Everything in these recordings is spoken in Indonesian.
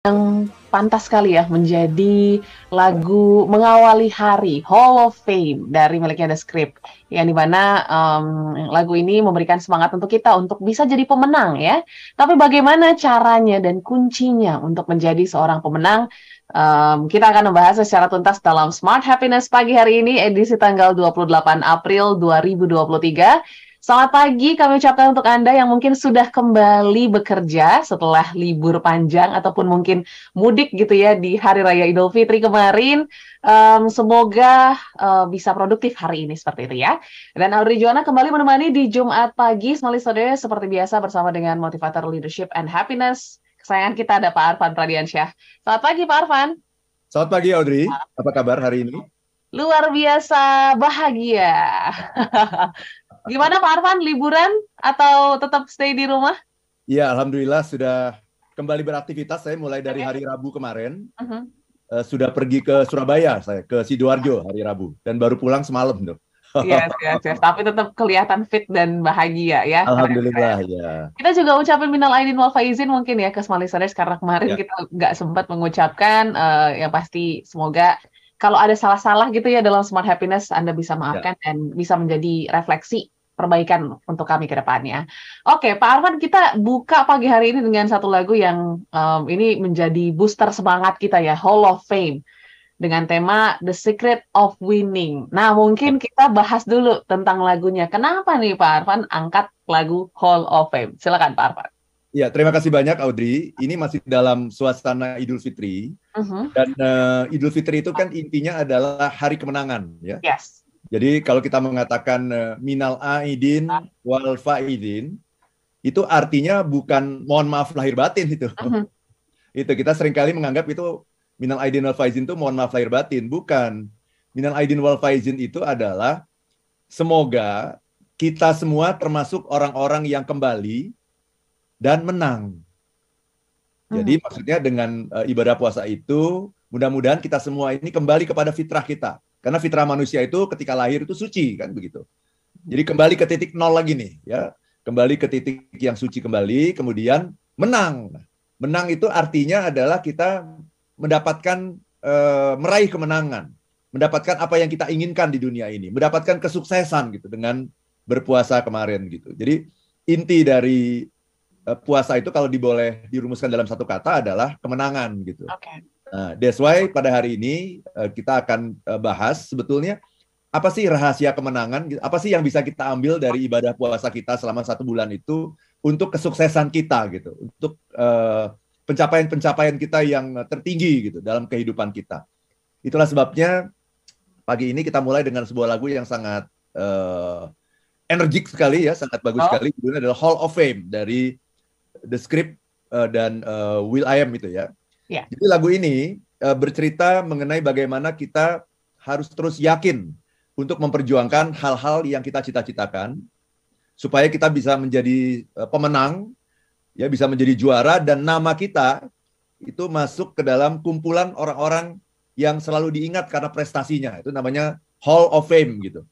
Yang pantas sekali ya menjadi lagu mengawali hari, Hall of Fame dari miliknya The Script. Yang dimana lagu ini memberikan semangat untuk kita untuk bisa jadi pemenang ya. Tapi bagaimana caranya dan kuncinya untuk menjadi seorang pemenang? Kita akan membahas secara tuntas dalam Smart Happiness pagi hari ini edisi tanggal 28 April 2023. Selamat pagi kami ucapkan untuk Anda yang mungkin sudah kembali bekerja setelah libur panjang ataupun mungkin mudik gitu ya di Hari Raya Idul Fitri kemarin. Semoga bisa produktif hari ini seperti itu ya. Dan Audrey Joanna kembali menemani di Jumat pagi, Small Listeners, seperti biasa bersama dengan motivator leadership and happiness. Kesayangan kita ada Pak Arfan Pradiansyah. Selamat pagi Pak Arfan. Selamat pagi Audrey, apa kabar hari ini? Luar biasa bahagia. Gimana Pak Arfan, liburan atau tetap stay di rumah? Ya, Alhamdulillah sudah kembali beraktivitas. Saya mulai dari hari Rabu kemarin, sudah pergi ke Surabaya, saya ke Sidoarjo hari Rabu, dan baru pulang semalam tuh. Yes, yes, yes. Tapi tetap kelihatan fit dan bahagia ya. Alhamdulillah ya. Kita juga ucapin minal aidin wal faizin mungkin ya ke Small Listeners karena kemarin kita nggak sempat mengucapkan. Yang pasti semoga kalau ada salah-salah gitu ya dalam Smart Happiness Anda bisa maafkan dan bisa menjadi refleksi perbaikan untuk kami ke depannya. Oke, Pak Arfan, kita buka pagi hari ini dengan satu lagu yang ini menjadi booster semangat kita ya, Hall of Fame. Dengan tema The Secret of Winning. Nah, mungkin kita bahas dulu tentang lagunya. Kenapa nih Pak Arfan angkat lagu Hall of Fame? Silakan Pak Arfan. Ya, terima kasih banyak Audrey. Ini masih dalam suasana Idul Fitri. Dan Idul Fitri itu kan intinya adalah hari kemenangan. Ya. Yes. Jadi kalau kita mengatakan minal aidin wal faidin, itu artinya bukan mohon maaf lahir batin itu. Itu kita seringkali menganggap itu minal aidin wal faizin itu mohon maaf lahir batin. Bukan. Minal aidin wal faizin itu adalah semoga kita semua termasuk orang-orang yang kembali dan menang. Jadi maksudnya dengan ibadah puasa itu, mudah-mudahan kita semua ini kembali kepada fitrah kita. Karena fitrah manusia itu ketika lahir itu suci, kan begitu. Jadi kembali ke titik nol lagi nih, ya. Kembali ke titik yang suci kembali, kemudian menang. Menang itu artinya adalah kita mendapatkan, meraih kemenangan. Mendapatkan apa yang kita inginkan di dunia ini. Mendapatkan kesuksesan gitu dengan berpuasa kemarin gitu. Jadi inti dari puasa itu kalau boleh dirumuskan dalam satu kata adalah kemenangan gitu. Nah, that's why pada hari ini kita akan bahas sebetulnya apa sih rahasia kemenangan, apa sih yang bisa kita ambil dari ibadah puasa kita selama 1 bulan itu untuk kesuksesan kita gitu, untuk pencapaian-pencapaian kita yang tertinggi gitu dalam kehidupan kita. Itulah sebabnya pagi ini kita mulai dengan sebuah lagu yang sangat energik sekali ya, sangat bagus sekali. Judulnya adalah Hall of Fame dari The Script dan Will I Am itu ya. Jadi lagu ini bercerita mengenai bagaimana kita harus terus yakin untuk memperjuangkan hal-hal yang kita cita-citakan supaya kita bisa menjadi pemenang, ya bisa menjadi juara dan nama kita itu masuk ke dalam kumpulan orang-orang yang selalu diingat karena prestasinya. Itu namanya Hall of Fame gitu.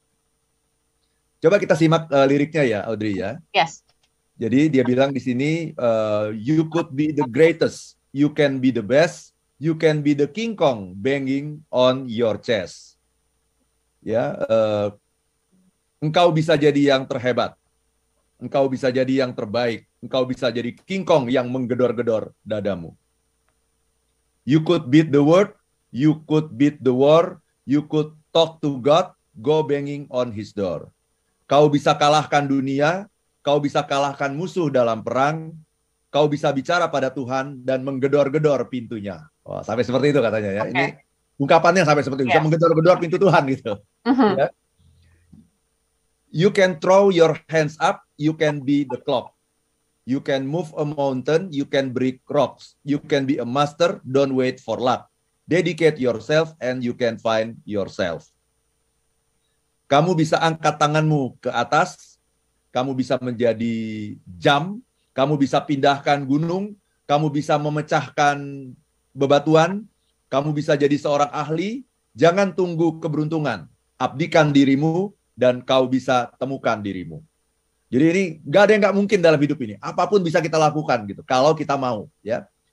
Coba kita simak liriknya ya, Audrey ya. Yes. Jadi dia bilang di sini, you could be the greatest. You can be the best, you can be the King Kong banging on your chest. Ya, engkau bisa jadi yang terhebat, engkau bisa jadi yang terbaik, engkau bisa jadi King Kong yang menggedor-gedor dadamu. You could beat the world, you could beat the war, you could talk to God, go banging on his door. Kau bisa kalahkan dunia, kau bisa kalahkan musuh dalam perang, kau bisa bicara pada Tuhan dan menggedor-gedor pintunya. Wah, sampai seperti itu katanya ya. Ini ungkapannya sampai seperti itu. Bisa menggedor-gedor pintu Tuhan gitu. Ya. You can throw your hands up, you can be the clock. You can move a mountain, you can break rocks. You can be a master, don't wait for luck. Dedicate yourself and you can find yourself. Kamu bisa angkat tanganmu ke atas, kamu bisa menjadi jam, kamu bisa pindahkan gunung, kamu bisa memecahkan bebatuan, kamu bisa jadi seorang ahli, jangan tunggu keberuntungan, abdikan dirimu, dan kau bisa temukan dirimu. Jadi ini nggak ada yang nggak mungkin dalam hidup ini, apapun bisa kita lakukan gitu, kalau kita mau. Ya.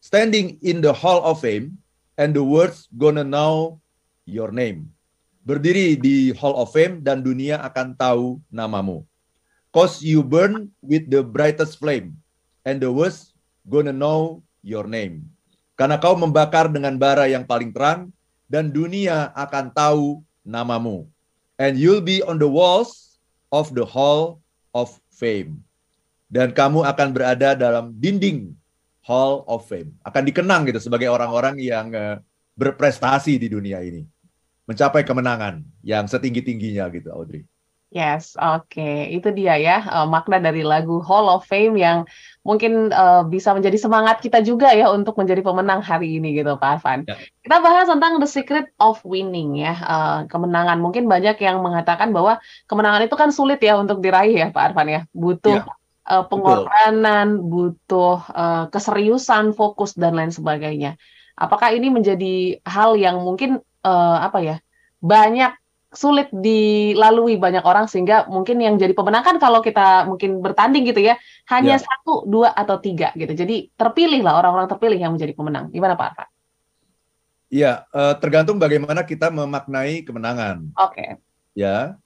standing in the Hall of Fame and the world's gonna know your name. Berdiri di Hall of Fame dan dunia akan tahu namamu. Cause you burn with the brightest flame and the world's gonna know your name. Karena kau membakar dengan bara yang paling terang dan dunia akan tahu namamu. And you'll be on the walls of the Hall of Fame. Dan kamu akan berada dalam dinding Hall of Fame. Akan dikenang gitu sebagai orang-orang yang berprestasi di dunia ini. Mencapai kemenangan yang setinggi-tingginya gitu, Audrey. Yes, oke. Itu dia ya makna dari lagu Hall of Fame yang mungkin bisa menjadi semangat kita juga ya untuk menjadi pemenang hari ini gitu, Pak Arfan. Ya. Kita bahas tentang the secret of winning ya, kemenangan. Mungkin banyak yang mengatakan bahwa kemenangan itu kan sulit ya untuk diraih ya, Pak Arfan ya. Butuh pengorbanan, butuh keseriusan, fokus dan lain sebagainya. Apakah ini menjadi hal yang mungkin banyak sulit dilalui banyak orang sehingga mungkin yang jadi pemenang kan kalau kita mungkin bertanding gitu ya hanya 1, 2 atau 3 gitu. Jadi terpilih lah orang-orang terpilih yang menjadi pemenang. Gimana Pak Arfan? Iya, tergantung bagaimana kita memaknai kemenangan. Oke. Ya,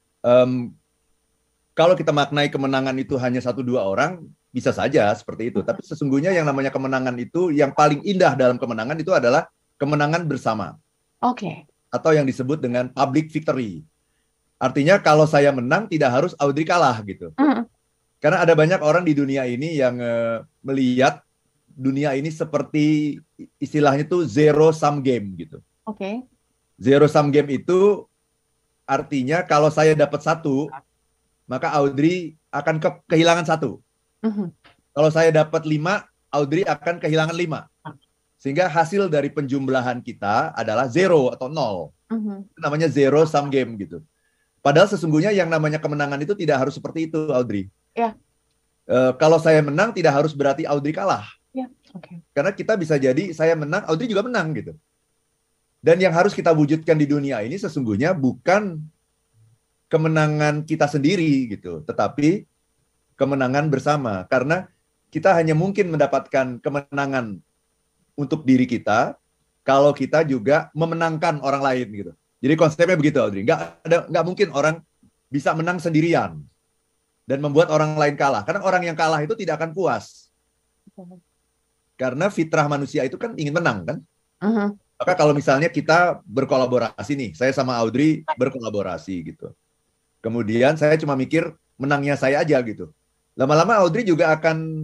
kalau kita maknai kemenangan itu hanya 1, 2 orang bisa saja seperti itu. Tapi sesungguhnya yang namanya kemenangan itu yang paling indah dalam kemenangan itu adalah kemenangan bersama. Oke. Atau yang disebut dengan public victory. Artinya kalau saya menang tidak harus Audrey kalah gitu. Karena ada banyak orang di dunia ini yang melihat dunia ini seperti istilahnya itu zero sum game gitu. Oke. Zero sum game itu artinya kalau saya dapat 1, maka Audrey akan kehilangan 1. Kalau saya dapat 5, Audrey akan kehilangan 5. Sehingga hasil dari penjumlahan kita adalah 0 atau 0. Itu namanya zero sum game gitu. Padahal sesungguhnya yang namanya kemenangan itu tidak harus seperti itu, Audrey. Ya. Kalau saya menang tidak harus berarti Audrey kalah. Ya. Oke. Karena kita bisa jadi saya menang, Audrey juga menang gitu. Dan yang harus kita wujudkan di dunia ini sesungguhnya bukan kemenangan kita sendiri gitu, tetapi kemenangan bersama. Karena kita hanya mungkin mendapatkan kemenangan untuk diri kita kalau kita juga memenangkan orang lain gitu. Jadi konsepnya begitu, Audrey. Nggak mungkin orang bisa menang sendirian dan membuat orang lain kalah. Karena orang yang kalah itu tidak akan puas. Karena fitrah manusia itu kan ingin menang kan. Maka kalau misalnya kita berkolaborasi nih, saya sama Audrey berkolaborasi gitu. Kemudian saya cuma mikir menangnya saya aja gitu. Lama-lama Audrey juga akan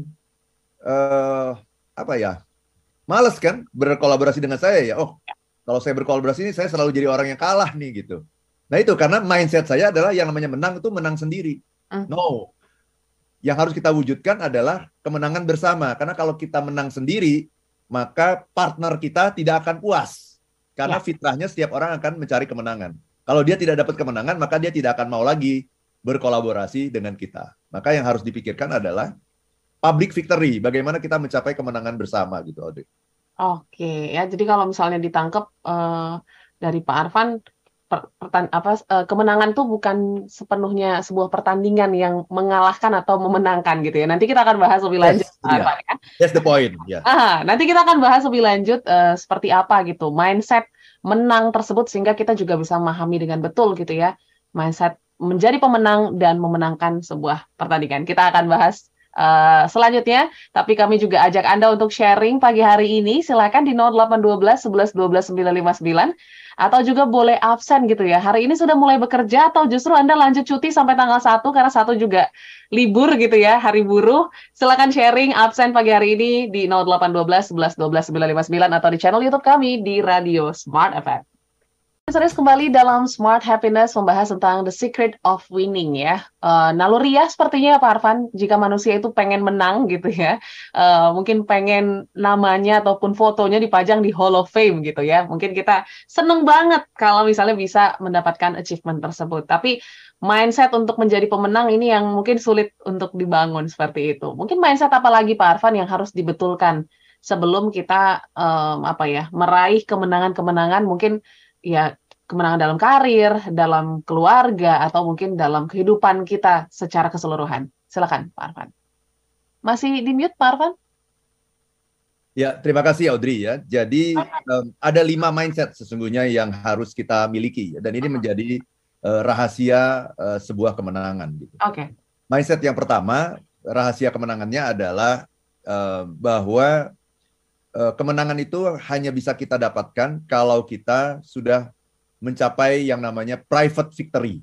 males kan berkolaborasi dengan saya ya. Oh, kalau saya berkolaborasi ini saya selalu jadi orang yang kalah nih gitu. Nah itu karena mindset saya adalah yang namanya menang itu menang sendiri. No. Yang harus kita wujudkan adalah kemenangan bersama. Karena kalau kita menang sendiri, maka partner kita tidak akan puas. Karena fitrahnya setiap orang akan mencari kemenangan. Kalau dia tidak dapat kemenangan, maka dia tidak akan mau lagi berkolaborasi dengan kita. Maka yang harus dipikirkan adalah public victory, bagaimana kita mencapai kemenangan bersama gitu, Audrey. Oke, ya. Jadi kalau misalnya ditangkap dari Pak Arfan, kemenangan tuh bukan sepenuhnya sebuah pertandingan yang mengalahkan atau memenangkan gitu ya. Nanti kita akan bahas lebih lanjut, Pak Arfan ya. That's the point. Yeah. Nanti kita akan bahas lebih lanjut seperti apa gitu mindset menang tersebut sehingga kita juga bisa memahami dengan betul gitu ya mindset menjadi pemenang dan memenangkan sebuah pertandingan. Kita akan bahas selanjutnya, tapi kami juga ajak Anda untuk sharing pagi hari ini. Silakan di 0812 11 12 959 atau juga boleh absen gitu ya. Hari ini sudah mulai bekerja atau justru Anda lanjut cuti sampai tanggal 1 karena 1 juga libur gitu ya, hari buruh. Silakan sharing absen pagi hari ini di 0812 11 12 959 atau di channel YouTube kami di Radio Smart FM. Serius kembali dalam Smart Happiness membahas tentang the secret of winning ya. Naluriah sepertinya Pak Arfan, jika manusia itu pengen menang gitu ya, mungkin pengen namanya ataupun fotonya dipajang di Hall of Fame gitu ya. Mungkin kita seneng banget kalau misalnya bisa mendapatkan achievement tersebut. Tapi mindset untuk menjadi pemenang ini yang mungkin sulit untuk dibangun seperti itu. Mungkin mindset apa lagi Pak Arfan yang harus dibetulkan sebelum kita meraih kemenangan-kemenangan mungkin ya kemenangan dalam karir, dalam keluarga, atau mungkin dalam kehidupan kita secara keseluruhan. Silakan, Pak Arfan. Masih di mute, Pak Arfan? Ya, terima kasih Audrey ya. Jadi ada 5 mindset sesungguhnya yang harus kita miliki ya. Dan ini menjadi rahasia sebuah kemenangan gitu. Oke. Mindset yang pertama, rahasia kemenangannya adalah bahwa kemenangan itu hanya bisa kita dapatkan kalau kita sudah mencapai yang namanya private victory.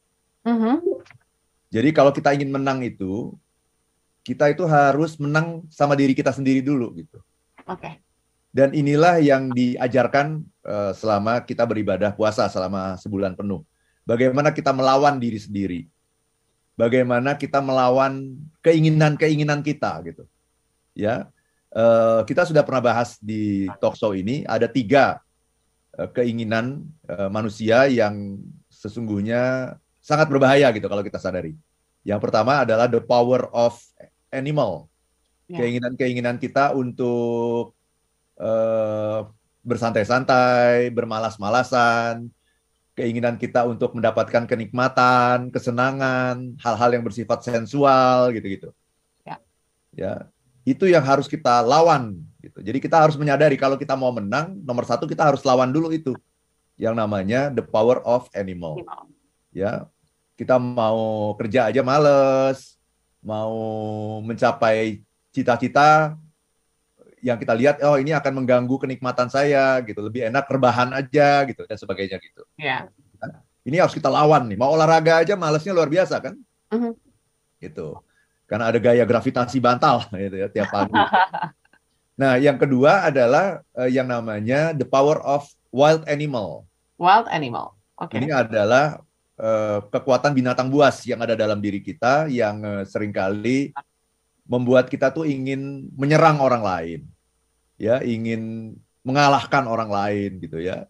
Jadi kalau kita ingin menang itu, kita itu harus menang sama diri kita sendiri dulu gitu. Oke. Dan inilah yang diajarkan selama kita beribadah puasa selama sebulan penuh. Bagaimana kita melawan diri sendiri. Bagaimana kita melawan keinginan-keinginan kita gitu. Ya, kita sudah pernah bahas di talk show ini ada 3 keinginan manusia yang sesungguhnya sangat berbahaya gitu kalau kita sadari. Yang pertama adalah the power of animal. Keinginan-keinginan kita untuk bersantai-santai, bermalas-malasan, keinginan kita untuk mendapatkan kenikmatan, kesenangan, hal-hal yang bersifat sensual, gitu-gitu. Ya, itu yang harus kita lawan. Gitu. Jadi kita harus menyadari kalau kita mau menang, nomor 1 kita harus lawan dulu itu, yang namanya the power of animal. Ya, kita mau kerja aja males, mau mencapai cita-cita yang kita lihat, oh ini akan mengganggu kenikmatan saya, gitu. Lebih enak rebahan aja, gitu dan sebagainya, gitu. Yeah. Ini harus kita lawan nih. Mau olahraga aja malesnya luar biasa kan? Gitu. Karena ada gaya gravitasi bantal, gitu ya tiap pagi. Nah, yang kedua adalah yang namanya the power of wild animal. Wild animal. Oke. Ini adalah kekuatan binatang buas yang ada dalam diri kita yang seringkali membuat kita tuh ingin menyerang orang lain, ya, ingin mengalahkan orang lain, gitu ya,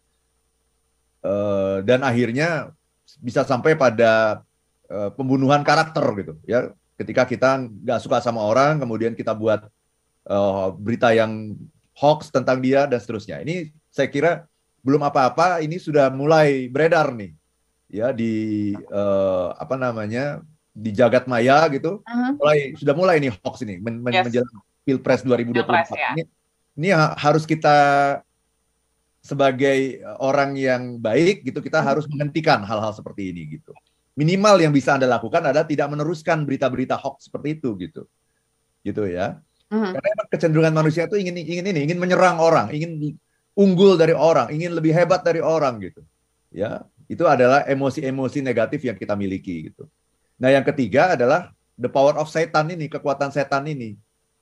dan akhirnya bisa sampai pada pembunuhan karakter, gitu, ya, ketika kita nggak suka sama orang, kemudian kita buat berita yang hoax tentang dia dan seterusnya. Ini saya kira belum apa-apa, ini sudah mulai beredar nih, ya, di apa namanya, di jagat maya gitu, sudah mulai nih hoax ini menjelang Pilpres 2024. Ini harus kita sebagai orang yang baik gitu, kita harus menghentikan hal-hal seperti ini gitu. Minimal yang bisa Anda lakukan adalah tidak meneruskan berita-berita hoax seperti itu gitu. Gitu ya. Karena kecenderungan manusia itu ingin menyerang orang, ingin unggul dari orang, ingin lebih hebat dari orang gitu. Ya, itu adalah emosi-emosi negatif yang kita miliki gitu. Nah, yang ketiga adalah the power of setan ini, kekuatan setan ini.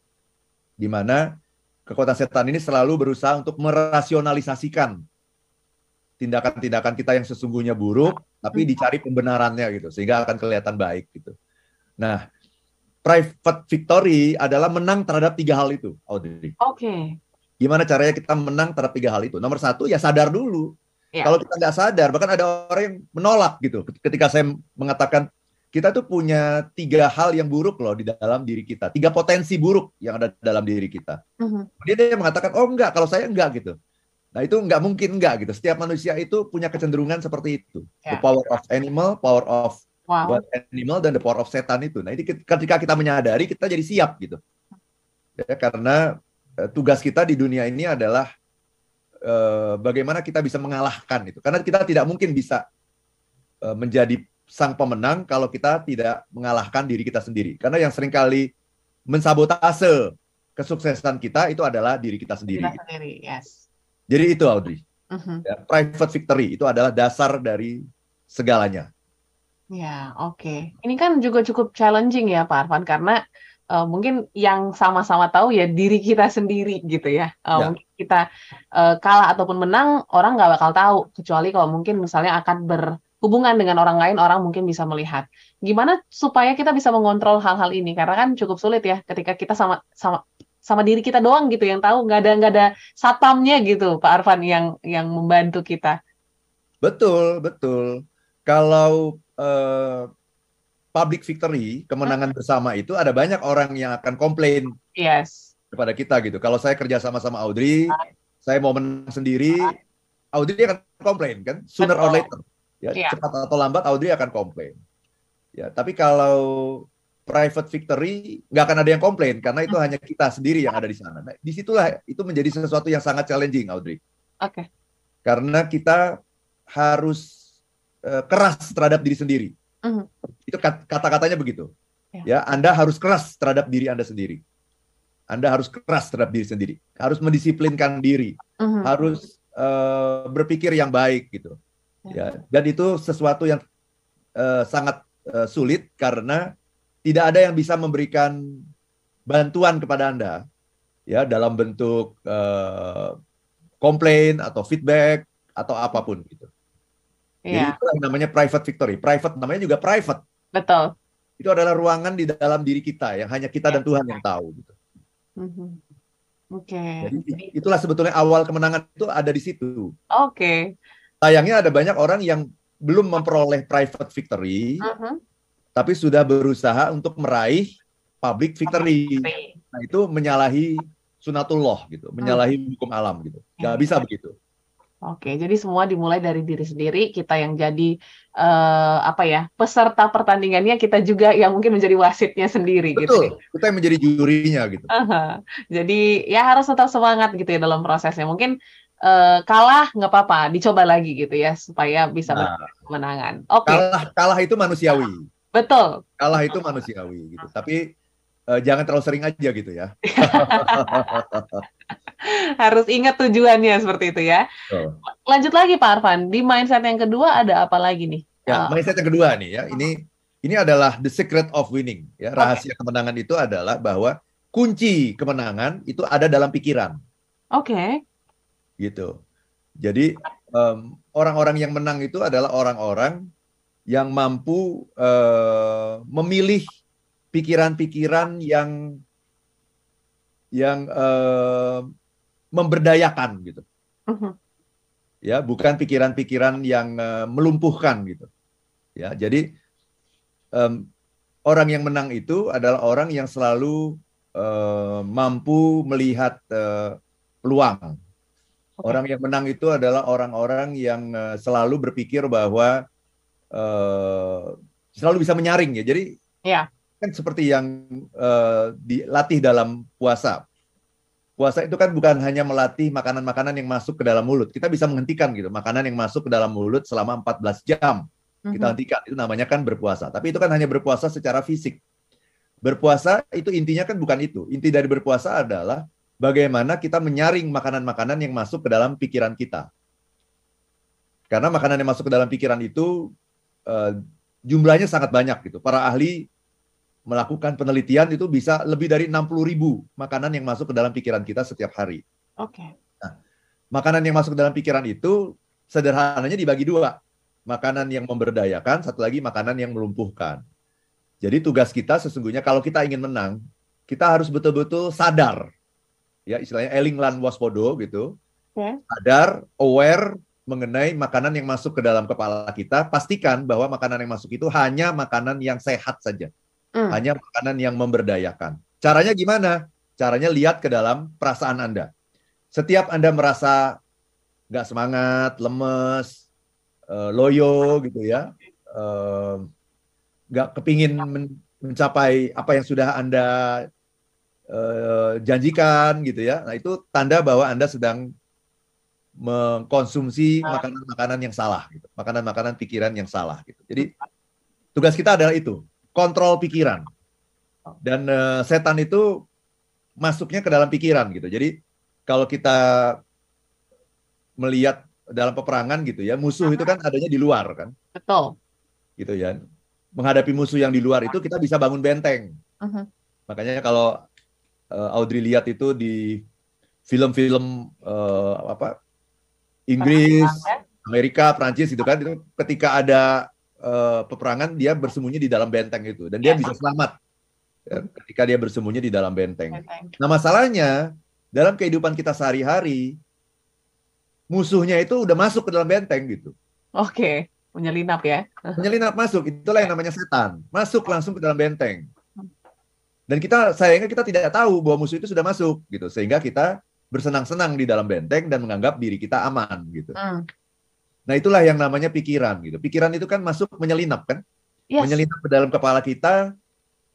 Di mana kekuatan setan ini selalu berusaha untuk merasionalisasikan tindakan-tindakan kita yang sesungguhnya buruk, tapi dicari pembenarannya gitu, sehingga akan kelihatan baik gitu. Nah, private victory adalah menang terhadap 3 hal itu, Audrey. Oke. Gimana caranya kita menang terhadap 3 hal itu? Nomor 1, ya sadar dulu. Kalau kita nggak sadar, bahkan ada orang yang menolak gitu. Ketika saya mengatakan, kita tuh punya 3 hal yang buruk loh di dalam diri kita. 3 potensi buruk yang ada dalam diri kita. Dia mengatakan, oh enggak, kalau saya enggak gitu. Nah itu nggak mungkin enggak gitu. Setiap manusia itu punya kecenderungan seperti itu. The power of animal, power of wild animal, dan the power of setan itu. Nah ini ketika kita menyadari, kita jadi siap gitu. Ya, karena tugas kita di dunia ini adalah bagaimana kita bisa mengalahkan itu. Karena kita tidak mungkin bisa menjadi sang pemenang kalau kita tidak mengalahkan diri kita sendiri. Karena yang seringkali mensabotase kesuksesan kita itu adalah diri kita sendiri. Yes. Jadi itu, Audrey. Ya, private victory itu adalah dasar dari segalanya. Ya, oke. Ini kan juga cukup challenging ya, Pak Arfan, karena mungkin yang sama-sama tahu ya diri kita sendiri gitu ya. Mungkin kita kalah ataupun menang, orang nggak bakal tahu. Kecuali kalau mungkin misalnya akan berhubungan dengan orang lain, orang mungkin bisa melihat. Gimana supaya kita bisa mengontrol hal-hal ini? Karena kan cukup sulit ya ketika kita sama diri kita doang gitu yang tahu, nggak ada satpamnya gitu, Pak Arfan, yang membantu kita. Betul, betul. Kalau public victory, kemenangan bersama itu, ada banyak orang yang akan komplain kepada kita gitu. Kalau saya kerja sama Audrey, saya mau menang sendiri, Audrey akan komplain kan, sooner or later. Ya, cepat atau lambat Audrey akan komplain. Ya, tapi kalau private victory, nggak akan ada yang komplain karena itu hanya kita sendiri yang ada di sana. Nah, disitulah itu menjadi sesuatu yang sangat challenging, Audrey. Oke. Karena kita harus keras terhadap diri sendiri. Itu kata-katanya begitu. Ya, Anda harus keras terhadap diri Anda sendiri. Anda harus keras terhadap diri sendiri. Harus mendisiplinkan diri. Harus berpikir yang baik gitu. Ya, dan itu sesuatu yang sangat sulit karena tidak ada yang bisa memberikan bantuan kepada Anda ya dalam bentuk komplain atau feedback atau apapun gitu. Jadi itu yang namanya private victory. Private namanya juga private. Betul. Itu adalah ruangan di dalam diri kita yang hanya kita dan Tuhan yang tahu gitu. Oke. Jadi itulah sebetulnya awal kemenangan itu ada di situ. Oke. Sayangnya ada banyak orang yang belum memperoleh private victory, tapi sudah berusaha untuk meraih public victory. Nah, itu menyalahi sunatullah gitu, menyalahi hukum alam gitu. Gak bisa begitu. Oke, jadi semua dimulai dari diri sendiri. Kita yang jadi peserta pertandingannya, kita juga yang mungkin menjadi wasitnya sendiri. Betul, gitu. Kita yang menjadi jurinya gitu. Jadi ya harus tetap semangat gitu ya dalam prosesnya. Mungkin kalah nggak apa-apa, dicoba lagi gitu ya supaya bisa kemenangan. Oke. Kalah itu manusiawi. Betul. Kalah itu manusiawi gitu. Tapi jangan terlalu sering aja gitu ya. Harus ingat tujuannya seperti itu ya. Lanjut lagi Pak Arfan, di mindset yang kedua ada apa lagi nih? Ya, mindset yang kedua nih ya. Ini adalah the secret of winning ya. Rahasia kemenangan itu adalah bahwa kunci kemenangan itu ada dalam pikiran. Oke. Gitu. Jadi orang-orang yang menang itu adalah orang-orang yang mampu memilih pikiran-pikiran yang memberdayakan gitu. Ya, bukan pikiran-pikiran yang melumpuhkan gitu. Ya, jadi orang yang menang itu adalah orang yang selalu mampu melihat peluang. Orang yang menang itu adalah orang-orang yang selalu berpikir bahwa selalu bisa menyaring ya. Jadi kan seperti yang dilatih dalam puasa. Puasa itu kan bukan hanya melatih makanan-makanan yang masuk ke dalam mulut. Kita bisa menghentikan gitu, makanan yang masuk ke dalam mulut selama 14 jam. Kita hentikan, itu namanya kan berpuasa. Tapi itu kan hanya berpuasa secara fisik. Berpuasa itu intinya kan bukan itu. Inti dari berpuasa adalah bagaimana kita menyaring makanan-makanan yang masuk ke dalam pikiran kita. Karena makanan yang masuk ke dalam pikiran itu jumlahnya sangat banyak gitu. Para ahli melakukan penelitian itu bisa lebih dari 60.000 makanan yang masuk ke dalam pikiran kita setiap hari. Nah, makanan yang masuk ke dalam pikiran itu sederhananya dibagi dua. Makanan yang memberdayakan, satu lagi makanan yang melumpuhkan. Jadi tugas kita sesungguhnya kalau kita ingin menang, kita harus betul-betul sadar. Ya, istilahnya eling lan waspodo gitu. Sadar, aware mengenai makanan yang masuk ke dalam kepala kita, pastikan bahwa makanan yang masuk itu hanya makanan yang sehat saja. Hanya makanan yang memberdayakan. Caranya gimana? Caranya lihat ke dalam perasaan Anda. Setiap Anda merasa nggak semangat, lemes, loyo gitu ya, nggak kepingin mencapai apa yang sudah Anda janjikan gitu ya. Nah itu tanda bahwa Anda sedang mengkonsumsi makanan-makanan yang salah, gitu. Makanan-makanan pikiran yang salah. Gitu. Jadi tugas kita adalah itu. Kontrol pikiran. Dan setan itu masuknya ke dalam pikiran gitu. Jadi kalau kita melihat dalam peperangan gitu ya, musuh itu kan adanya di luar kan. Betul. Gitu ya. Menghadapi musuh yang di luar itu kita bisa bangun benteng. Makanya kalau Audrey lihat itu di film-film Inggris, Amerika, Prancis gitu kan, itu ketika ada peperangan dia bersembunyi di dalam benteng itu dan dia bisa selamat ketika dia bersembunyi di dalam benteng. Nah masalahnya dalam kehidupan kita sehari-hari musuhnya itu udah masuk ke dalam benteng gitu. Oke, menyelinap ya. Menyelinap masuk, itulah yang namanya setan. Masuk langsung ke dalam benteng. Dan sayangnya kita tidak tahu bahwa musuh itu sudah masuk gitu, sehingga kita bersenang-senang di dalam benteng dan menganggap diri kita aman gitu. Nah itulah yang namanya pikiran gitu. Pikiran itu kan masuk menyelinap kan, menyelinap ke dalam kepala kita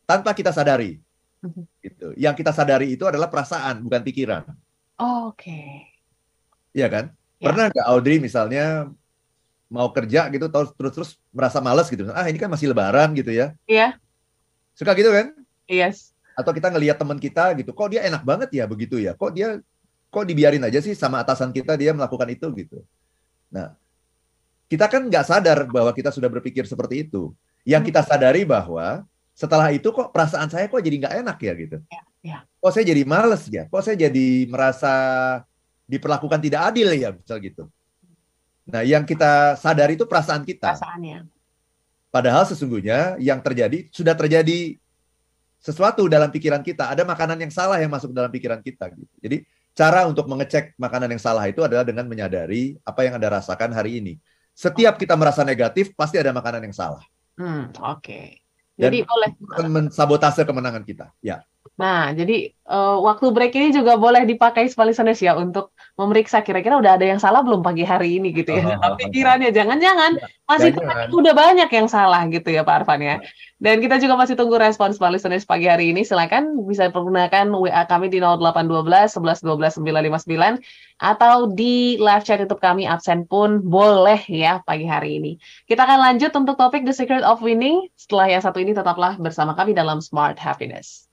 tanpa kita sadari. Mhm. Gitu. Yang kita sadari itu adalah perasaan, bukan pikiran. Oke. Iya kan? Ya. Pernah nggak Audrey misalnya mau kerja gitu, terus merasa malas gitu. Ah, ini kan masih lebaran gitu ya. Iya. Suka gitu kan? Yes. Atau kita ngelihat teman kita gitu, kok dia enak banget ya begitu ya? Kok dibiarin aja sih sama atasan kita dia melakukan itu gitu. Nah, kita kan nggak sadar bahwa kita sudah berpikir seperti itu. Yang kita sadari bahwa setelah itu kok perasaan saya kok jadi nggak enak ya gitu. Ya. Kok saya jadi males ya? Kok saya jadi merasa diperlakukan tidak adil ya, misal gitu. Nah, yang kita sadari itu perasaan kita. Perasaannya. Padahal sesungguhnya yang sudah terjadi sesuatu dalam pikiran kita. Ada makanan yang salah yang masuk dalam pikiran kita. Gitu. Jadi cara untuk mengecek makanan yang salah itu adalah dengan menyadari apa yang Anda rasakan hari ini. Setiap kita merasa negatif, pasti ada makanan yang salah. Oke. Jadi Dan boleh akan mensabotase kemenangan kita. Ya. Nah, jadi waktu break ini juga boleh dipakai listeners ya untuk memeriksa kira-kira udah ada yang salah belum pagi hari ini gitu ya. Pikirannya jangan-jangan masih udah banyak yang salah gitu ya Pak Arfan ya. Dan kita juga masih tunggu respons listeners pagi hari ini. Silakan bisa menggunakan WA kami di 0812 11 12 959 atau di live chat YouTube kami absen pun boleh ya pagi hari ini. Kita akan lanjut untuk topik The Secret of Winning. Setelah yang satu ini tetaplah bersama kami dalam Smart Happiness.